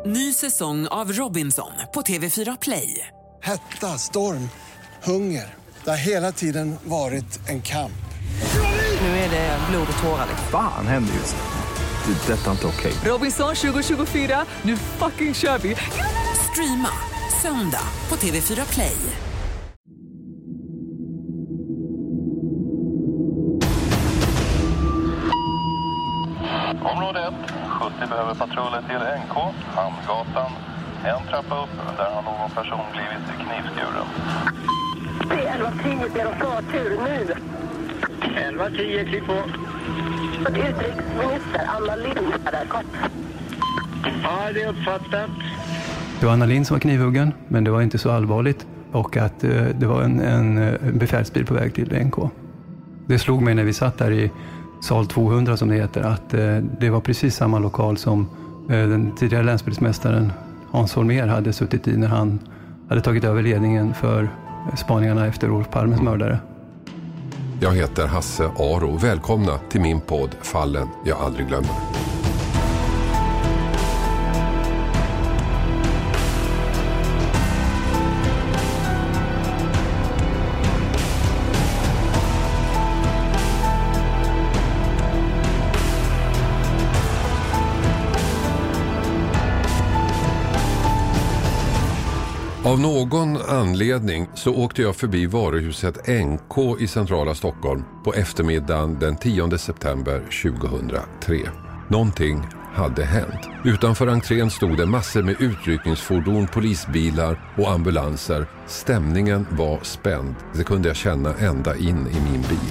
Ny säsong av Robinson på TV4 Play. Hetta, storm, hunger. Det har hela tiden varit en kamp. Nu är det blod och tårar. Fan händer just nu. Det. Detta är inte okej. Robinson 2024, nu fucking kör vi. Streama söndag på TV4 Play. Område 1, 70 behöver patruller till NK, Hamngatan. En trappa upp, där har någon person blivit knivskuren. Det är 11-10, det är en förtur nu. 11-10, klick på. Utrikesminister Anna Lindh är där, kort. Ja, det är uppfattat. Det var Anna Lindh som var knivhuggen, men det var inte så allvarligt. Och att det var en befälsbil på väg till NK. Det slog mig när vi satt där i sal 200 som det heter, att det var precis samma lokal som den tidigare länspolismästaren Hans Holmér hade suttit i när han hade tagit över ledningen för spaningarna efter Olof Palmes mördare. Jag heter Hasse Aro. Välkomna till min podd Fallen jag aldrig glömmer. Av någon anledning så åkte jag förbi varuhuset NK i centrala Stockholm på eftermiddagen den 10 september 2003. Någonting hade hänt. Utanför entrén stod det massor med utryckningsfordon, polisbilar och ambulanser. Stämningen var spänd. Det kunde jag känna ända in i min bil.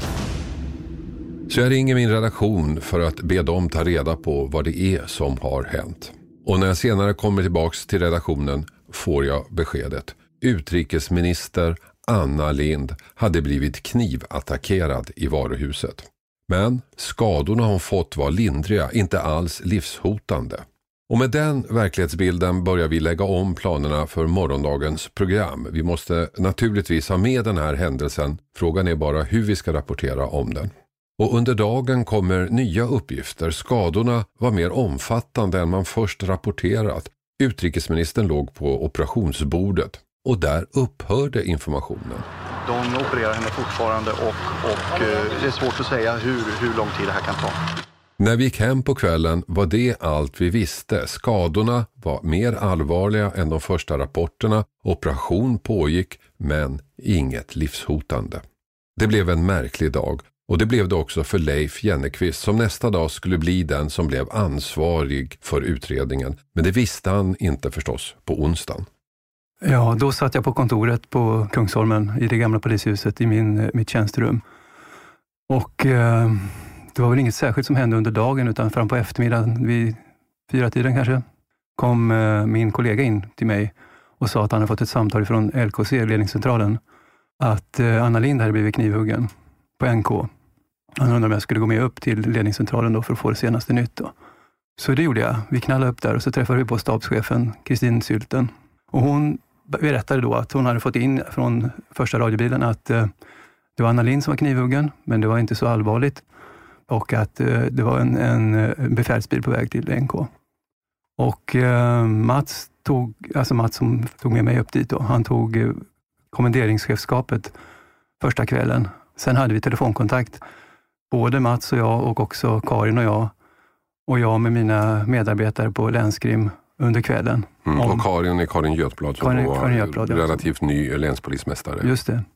Så jag ringer min redaktion för att be dem ta reda på vad det är som har hänt. Och när jag senare kommer tillbaks till redaktionen får jag beskedet. Utrikesminister Anna Lindh hade blivit knivattackerad i varuhuset. Men skadorna hon fått var lindriga, inte alls livshotande. Och med den verklighetsbilden börjar vi lägga om planerna för morgondagens program. Vi måste naturligtvis ha med den här händelsen. Frågan är bara hur vi ska rapportera om den. Och under dagen kommer nya uppgifter. Skadorna var mer omfattande än man först rapporterat. Utrikesministern låg på operationsbordet och där upphörde informationen. De opererar henne fortfarande och det är svårt att säga hur lång tid det här kan ta. När vi gick hem på kvällen var det allt vi visste. Skadorna var mer allvarliga än de första rapporterna. Operation pågick men inget livshotande. Det blev en märklig dag. Och det blev det också för Leif Jennekvist som nästa dag skulle bli den som blev ansvarig för utredningen. Men det visste han inte förstås på onsdagen. Ja, då satt jag på kontoret på Kungsholmen i det gamla polishuset i mitt tjänsterum. Och det var väl inget särskilt som hände under dagen utan fram på eftermiddagen vid 4-tiden kanske kom min kollega in till mig och sa att han hade fått ett samtal från LKC, ledningscentralen, att Anna Lindh hade blivit knivhuggen på NK. Han undrade om jag skulle gå med upp till ledningscentralen då för att få det senaste nytt då. Så det gjorde jag. Vi knallade upp där och så träffade vi på stabschefen Kristin Sylten. Och hon berättade då att hon hade fått in från första radiobilen att det var Anna Lindh som var knivhuggen, men det var inte så allvarligt. Och att det var en befälsbil på väg till NK. Och Mats som tog med mig upp dit då, han tog kommenderingschefskapet första kvällen. Sen hade vi telefonkontakt, både Mats och jag och också Karin och jag med mina medarbetare på Länskrim under kvällen. Och Karin är Karin Götblad som var relativt ny länspolismästare. Just det.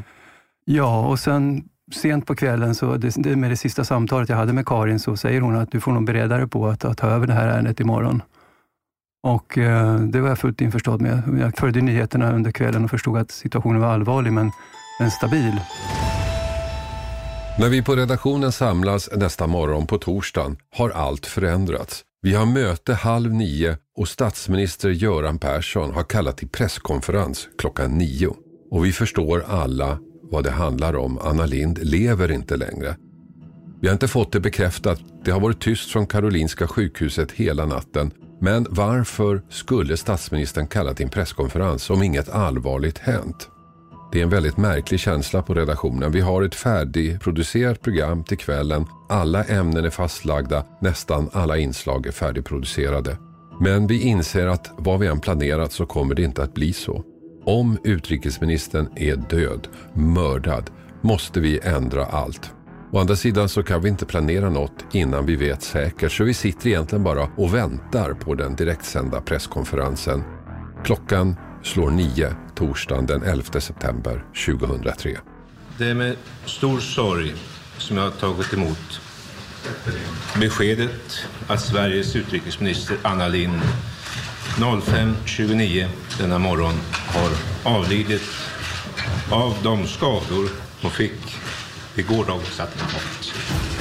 Ja, och sen sent på kvällen så med det sista samtalet jag hade med Karin så säger hon att du får nog bereda dig på att ta över det här ärendet imorgon. Och det var jag fullt införstådd med. Jag följde nyheterna under kvällen och förstod att situationen var allvarlig men stabil. När vi på redaktionen samlas nästa morgon på torsdagen har allt förändrats. Vi har möte 8:30 och statsminister Göran Persson har kallat till presskonferens 9:00. Och vi förstår alla vad det handlar om. Anna Lindh lever inte längre. Vi har inte fått det bekräftat. Det har varit tyst från Karolinska sjukhuset hela natten. Men varför skulle statsministern kalla till en presskonferens om inget allvarligt hänt? Det är en väldigt märklig känsla på redaktionen. Vi har ett färdigproducerat program till kvällen. Alla ämnen är fastlagda. Nästan alla inslag är färdigproducerade. Men vi inser att vad vi än planerat så kommer det inte att bli så. Om utrikesministern är död, mördad, måste vi ändra allt. Å andra sidan så kan vi inte planera något innan vi vet säkert, så vi sitter egentligen bara och väntar på den direktsända presskonferensen. Klockan slår 9 torsdagen den 11 september 2003. Det är med stor sorg som jag har tagit emot beskedet att Sveriges utrikesminister Anna Lindh 05:29 denna morgon har avlidit av de skador hon fick i gårdagens attentat.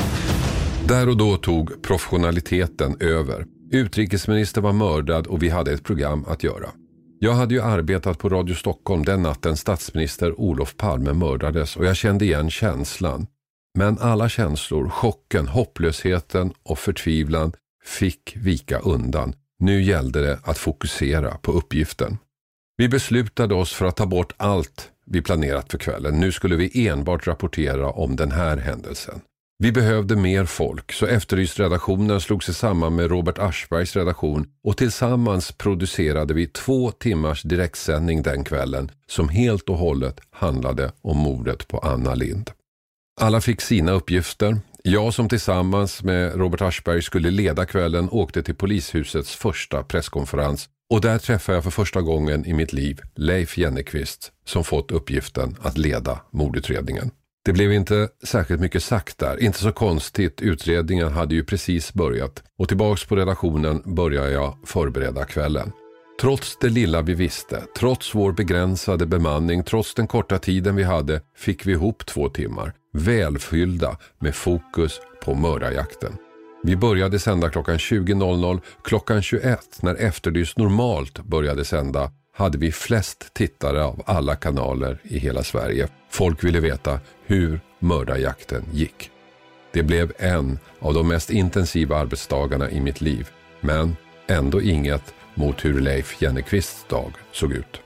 Där och då tog professionaliteten över. Utrikesministern var mördad och vi hade ett program att göra. Jag hade ju arbetat på Radio Stockholm den natten statsminister Olof Palme mördades och jag kände igen känslan. Men alla känslor, chocken, hopplösheten och förtvivlan fick vika undan. Nu gällde det att fokusera på uppgiften. Vi beslutade oss för att ta bort allt vi planerat för kvällen. Nu skulle vi enbart rapportera om den här händelsen. Vi behövde mer folk, så Efterlyst-redaktionen slog sig samman med Robert Aschbergs redaktion och tillsammans producerade vi 2 timmars direktsändning den kvällen som helt och hållet handlade om mordet på Anna Lindh. Alla fick sina uppgifter. Jag som tillsammans med Robert Aschberg skulle leda kvällen åkte till polishusets första presskonferens och där träffade jag för första gången i mitt liv Leif Jennekvist som fått uppgiften att leda mordutredningen. Det blev inte särskilt mycket sagt där, inte så konstigt, utredningen hade ju precis börjat och tillbaks på redaktionen började jag förbereda kvällen. Trots det lilla vi visste, trots vår begränsade bemanning, trots den korta tiden vi hade fick vi ihop 2 timmar, välfyllda med fokus på mördarjakten. Vi började sända klockan 20.00, klockan 21 när Efterlyst normalt började sända hade vi flest tittare av alla kanaler i hela Sverige. Folk ville veta hur mördarjakten gick. Det blev en av de mest intensiva arbetsdagarna i mitt liv, men ändå inget mot hur Leif Jennekvists dag såg ut.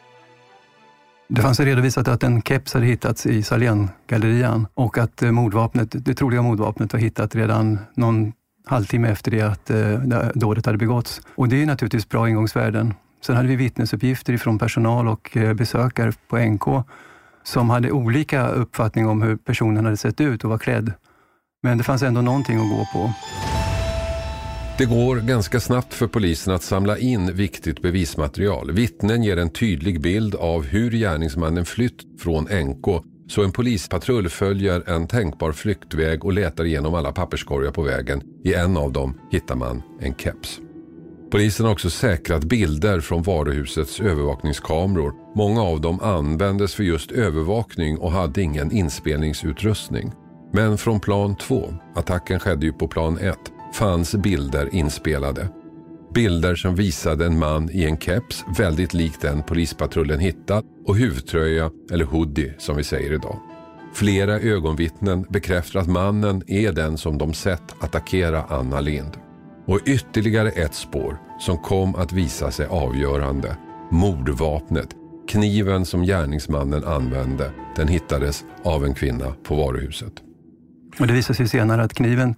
Det fanns redovisat att en keps hade hittats i Sahlén-gallerian och att det troliga mordvapnet var hittat redan någon halvtimme efter det att dådet hade begåtts. Och det är naturligtvis bra ingångsvärden. Sen hade vi vittnesuppgifter från personal och besökare på NK som hade olika uppfattning om hur personen hade sett ut och var klädd. Men det fanns ändå någonting att gå på. Det går ganska snabbt för polisen att samla in viktigt bevismaterial. Vittnen ger en tydlig bild av hur gärningsmannen flytt från NK. Så en polispatrull följer en tänkbar flyktväg och letar igenom alla papperskorgar på vägen. I en av dem hittar man en keps. Polisen har också säkrat bilder från varuhusets övervakningskameror. Många av dem användes för just övervakning och hade ingen inspelningsutrustning. Men från plan 2, attacken skedde ju på plan 1, fanns bilder inspelade. Bilder som visade en man i en keps, väldigt lik den polispatrullen hittat, och huvudtröja eller hoodie som vi säger idag. Flera ögonvittnen bekräftar att mannen är den som de sett attackera Anna Lindh. Och ytterligare ett spår som kom att visa sig avgörande. Mordvapnet, kniven som gärningsmannen använde, den hittades av en kvinna på varuhuset. Och det visade sig senare att kniven,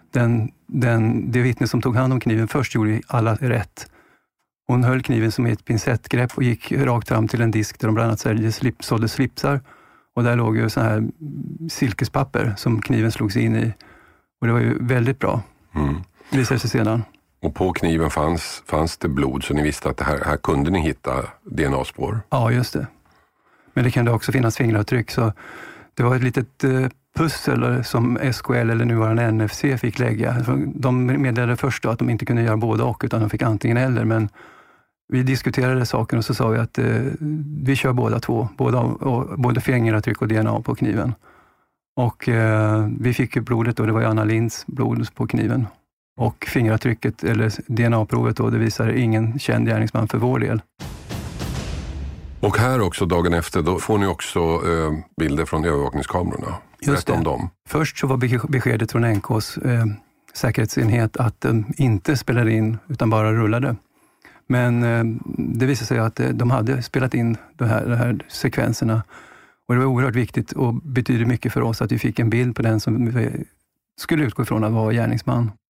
det vittne som tog hand om kniven först gjorde alla rätt. Hon höll kniven som ett pincettgrepp och gick rakt fram till en disk där de bland annat sålde slipsar. Och där låg ju så här silkespapper som kniven slog sig in i. Och det var ju väldigt bra. Det visade sig sedan. Och på kniven fanns det blod, så ni visste att här kunde ni hitta DNA-spår? Ja, just det. Men det kunde också finnas fingeravtryck, så det var ett litet pussel som SKL eller nuvarande NFC fick lägga. De meddelade först då att de inte kunde göra både och, utan de fick antingen eller, men vi diskuterade saken och så sa vi att vi kör båda två, både fingeravtryck och DNA på kniven. Och vi fick ju blodet och det var ju Anna Lindhs blod på kniven. Och fingeravtrycket eller DNA-provet då, det visar ingen känd gärningsman för vår del. Och här också dagen efter, då får ni också bilder från övervakningskamerorna. Just det. Om dem. Först så var beskedet från NKs säkerhetsenhet att de inte spelade in utan bara rullade. Men det visade sig att de hade spelat in de här sekvenserna. Och det var oerhört viktigt och betyder mycket för oss att vi fick en bild på den som vi skulle utgå ifrån att vara gärningsman.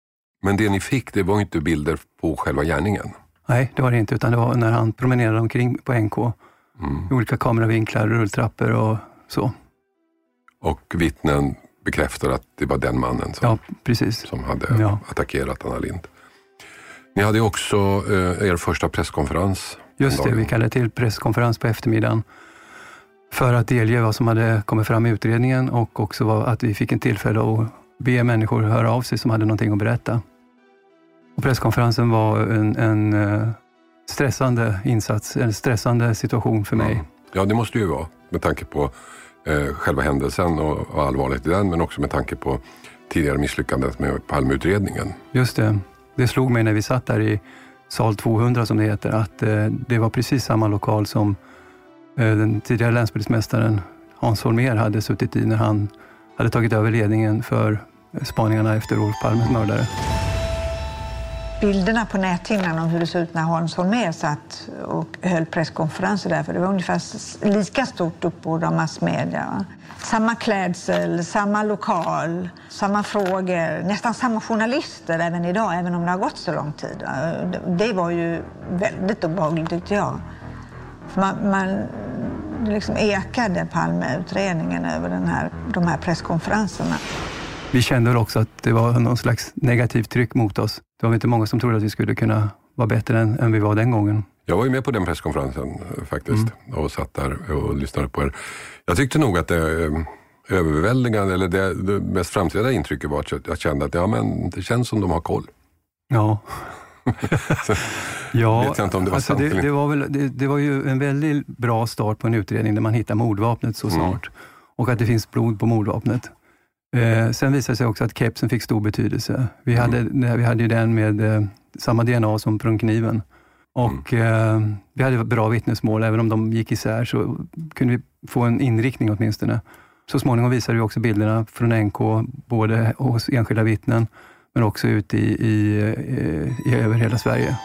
Men det ni fick, det var inte bilder på själva gärningen? Nej, det var det inte, utan det var när han promenerade omkring på NK. Olika kameravinklar, rulltrappor och så. Och vittnen bekräftar att det var den mannen som hade attackerat Anna Lindh. Ni hade också er första presskonferens. Just det, vi kallade till presskonferens på eftermiddagen för att delge vad som hade kommit fram i utredningen och också att vi fick en tillfälle att be människor höra av sig som hade någonting att berätta. Och presskonferensen var en stressande insats, en stressande situation för mig. Ja, det måste ju vara med tanke på själva händelsen och allvarligt i den, men också med tanke på tidigare misslyckandet med Palmeutredningen. Just det. Det slog mig när vi satt där i sal 200 som det heter, att det var precis samma lokal som den tidigare länspolismästaren Hans Holmér hade suttit i när han hade tagit över ledningen för spaningarna efter Olof Palmes mördare. Bilderna på näthinnan om hur det såg ut när Hans Holmér satt och höll presskonferenser där, för det var ungefär lika stort uppbåd av massmedia. Va? Samma klädsel, samma lokal, samma frågor, nästan samma journalister även idag, även om det har gått så lång tid. Det var ju väldigt obehagligt, tyckte jag. Man liksom ekade Palmeutredningen över de här presskonferenserna. Vi kände väl också att det var någon slags negativt tryck mot oss. Det var inte många som trodde att vi skulle kunna vara bättre än vi var den gången. Jag var ju med på den presskonferensen faktiskt och satt där och lyssnade på er. Jag tyckte nog att det överväldigande, eller det mest framträdande intrycket var att jag kände att det känns som de har koll. Ja. Ja, vet jag inte om det var alltså det var ju en väldigt bra start på en utredning där man hittar mordvapnet så snart. Och att det finns blod på mordvapnet. Sen visade det sig också att kepsen fick stor betydelse. Vi hade ju den med samma DNA som prunkniven. Och vi hade bra vittnesmål. Även om de gick isär så kunde vi få en inriktning åtminstone. Så småningom visade vi också bilderna från NK, både hos enskilda vittnen men också ute i över hela Sverige.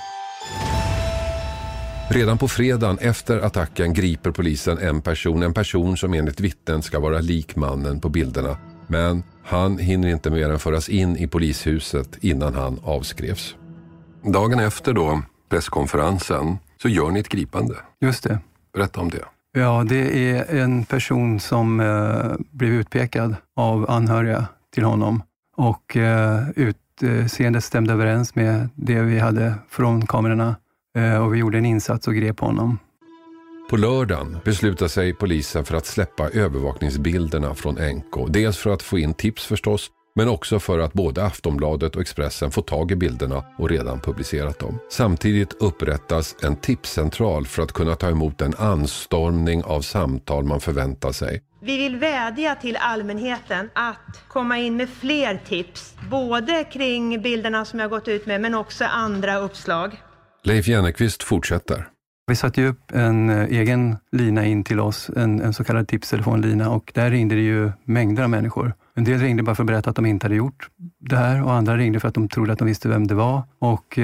Redan på fredagen efter attacken griper polisen en person som enligt vittnen ska vara lik mannen på bilderna. Men han hinner inte mer än föras in i polishuset innan han avskrevs. Dagen efter då, presskonferensen, så gör ni ett gripande. Just det. Berätta om det. Ja, det är en person som blev utpekad av anhöriga till honom. Och utseendet stämde överens med det vi hade från kamerorna. Och vi gjorde en insats och grep honom. På lördagen beslutar sig polisen för att släppa övervakningsbilderna från NK. Dels för att få in tips förstås, men också för att både Aftonbladet och Expressen får tag i bilderna och redan publicerat dem. Samtidigt upprättas en tipscentral för att kunna ta emot en anstormning av samtal man förväntar sig. Vi vill vädja till allmänheten att komma in med fler tips, både kring bilderna som jag gått ut med men också andra uppslag. Leif Jennekvist fortsätter. Vi satte ju upp en egen lina in till oss, en så kallad tipstelefonlina, och där ringde det ju mängder av människor. En del ringde bara för att berätta att de inte hade gjort det här och andra ringde för att de trodde att de visste vem det var. Och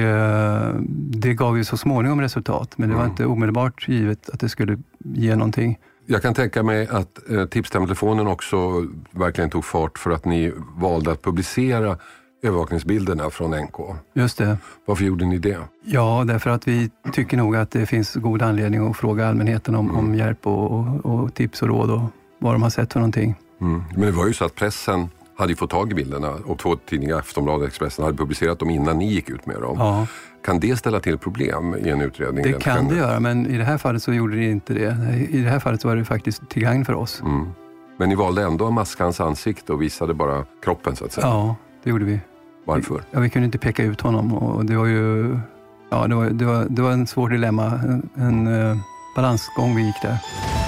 det gav ju så småningom resultat, men det var inte omedelbart givet att det skulle ge någonting. Jag kan tänka mig att tipstelefonen också verkligen tog fart för att ni valde att publicera övervakningsbilderna från NK. Just det. Varför gjorde ni det? Ja, därför att vi tycker nog att det finns god anledning att fråga allmänheten om hjälp och tips och råd och vad de har sett för någonting. Men det var ju så att pressen hade fått tag i bilderna och 2 tidningar, Aftonbladet och Expressen, hade publicerat dem innan ni gick ut med dem. Ja. Kan det ställa till problem i en utredning? Det kan det göra, men i det här fallet så gjorde det inte det. I det här fallet så var det faktiskt till gagn för oss. Men ni valde ändå att maska hans ansikte och visade bara kroppen så att säga? Ja, det gjorde vi. Varför? Ja, vi kunde inte peka ut honom och det var ju det var en svår dilemma, en balansgång vi gick där.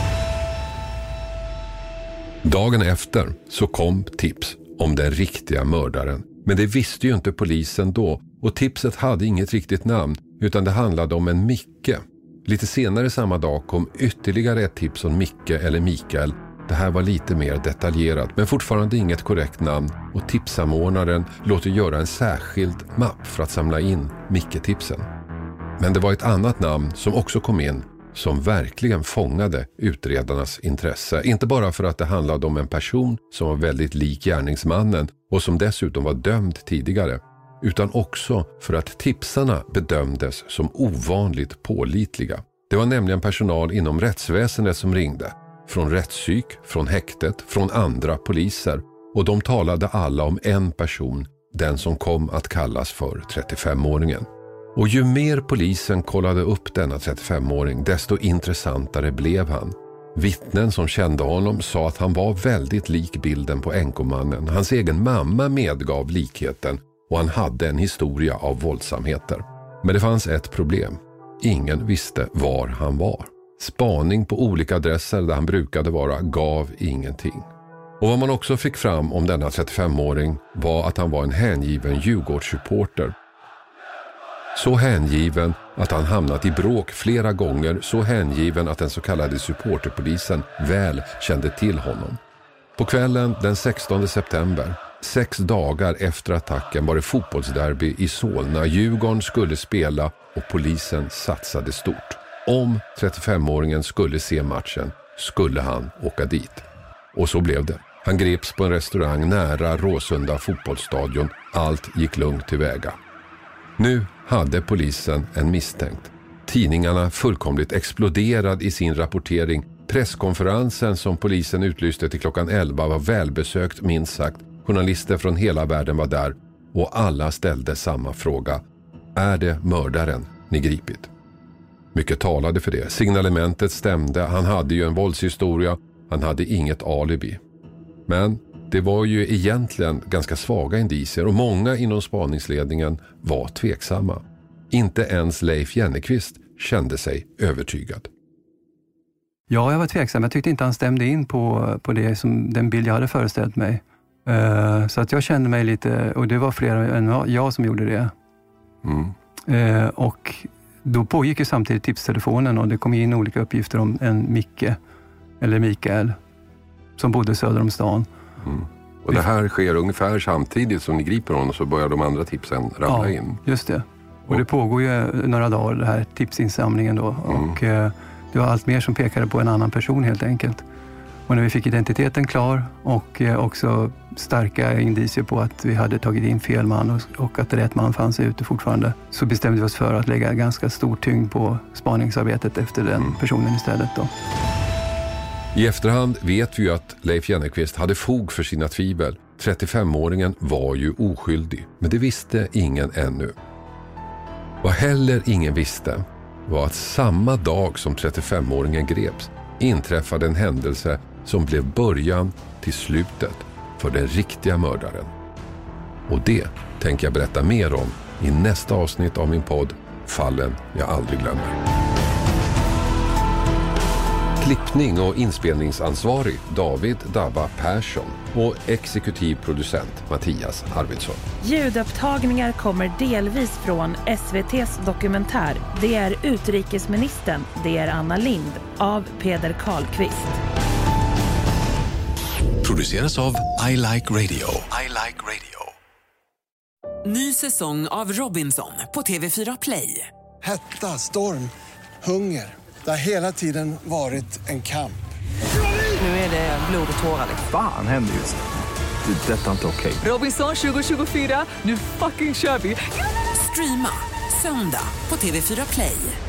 Dagen efter så kom tips om den riktiga mördaren. Men det visste ju inte polisen då och tipset hade inget riktigt namn utan det handlade om en Micke. Lite senare samma dag kom ytterligare ett tips om Micke eller Mikael. Det här var lite mer detaljerat men fortfarande inget korrekt namn och tipssamordnaren låter göra en särskild mapp för att samla in Micke-tipsen. Men det var ett annat namn som också kom in som verkligen fångade utredarnas intresse. Inte bara för att det handlade om en person som var väldigt lik gärningsmannen och som dessutom var dömd tidigare. utan också för att tipsarna bedömdes som ovanligt pålitliga. Det var nämligen personal inom rättsväsendet som ringde. Från rättspsyk, från häktet, från andra poliser. Och de talade alla om en person, den som kom att kallas för 35-åringen. Och ju mer polisen kollade upp denna 35-åring, desto intressantare blev han. Vittnen som kände honom sa att han var väldigt lik bilden på NK-mannen. Hans egen mamma medgav likheten och han hade en historia av våldsamheter. Men det fanns ett problem. Ingen visste var han var. Spaning på olika adresser där han brukade vara gav ingenting. Och vad man också fick fram om denna 35-åring var att han var en hängiven Djurgårdssupporter. Så hängiven att han hamnat i bråk flera gånger, så hängiven att den så kallade supporterpolisen väl kände till honom. På kvällen den 16 september, 6 dagar efter attacken, var det fotbollsderby i Solna. Djurgården skulle spela och polisen satsade stort. Om 35-åringen skulle se matchen skulle han åka dit. Och så blev det. Han greps på en restaurang nära Råsunda fotbollsstadion. Allt gick lugnt tillväga. Nu hade polisen en misstänkt. Tidningarna fullkomligt exploderade i sin rapportering. Presskonferensen som polisen utlyste till klockan 11 var välbesökt minst sagt. Journalister från hela världen var där och alla ställde samma fråga. Är det mördaren ni gripit? Mycket talade för det. Signalementet stämde. Han hade ju en våldshistoria. Han hade inget alibi. Men det var ju egentligen ganska svaga indicier och många inom spaningsledningen var tveksamma. Inte ens Leif Jänneqvist kände sig övertygad. Ja, jag var tveksam. Jag tyckte inte han stämde in på det som den bild jag hade föreställt mig. Så att jag kände mig lite, och det var fler än jag som gjorde det. Och då pågick ju samtidigt tipstelefonen och det kom in olika uppgifter om en Micke eller Mikael som bodde söder om stan. Och det här sker ungefär samtidigt som ni griper honom, så börjar de andra tipsen ramla in. Just det. Och det pågår ju några dagar, det här tipsinsamlingen då. Och det var allt mer som pekade på en annan person helt enkelt. Och när vi fick identiteten klar och också starka indicier på att vi hade tagit in fel man och att rätt man fanns ute fortfarande, så bestämde vi oss för att lägga ganska stor tyngd på spaningsarbetet efter den personen istället då. I efterhand vet vi ju att Leif Jänneqvist hade fog för sina tvivel. 35-åringen var ju oskyldig, men det visste ingen ännu. Vad heller ingen visste var att samma dag som 35-åringen greps inträffade en händelse som blev början till slutet för den riktiga mördaren. Och det tänker jag berätta mer om i nästa avsnitt av min podd Fallen jag aldrig glömmer. Klippning och inspelningsansvarig David Dabba Persson och exekutiv producent Mattias Arvidsson. Ljudupptagningar kommer delvis från SVT:s dokumentär Det är utrikesministern, det är Anna Lind av Peder Karlqvist. Produceras av I Like Radio. I Like Radio. Ny säsong av Robinson på TV4 Play. Hetta, storm, hunger. Det har hela tiden varit en kamp. Nu är det blod och tårar. Fan händer just det. Det är detta inte okej. Robinson 2024, nu fucking kör vi. Streama söndag på TV4 Play.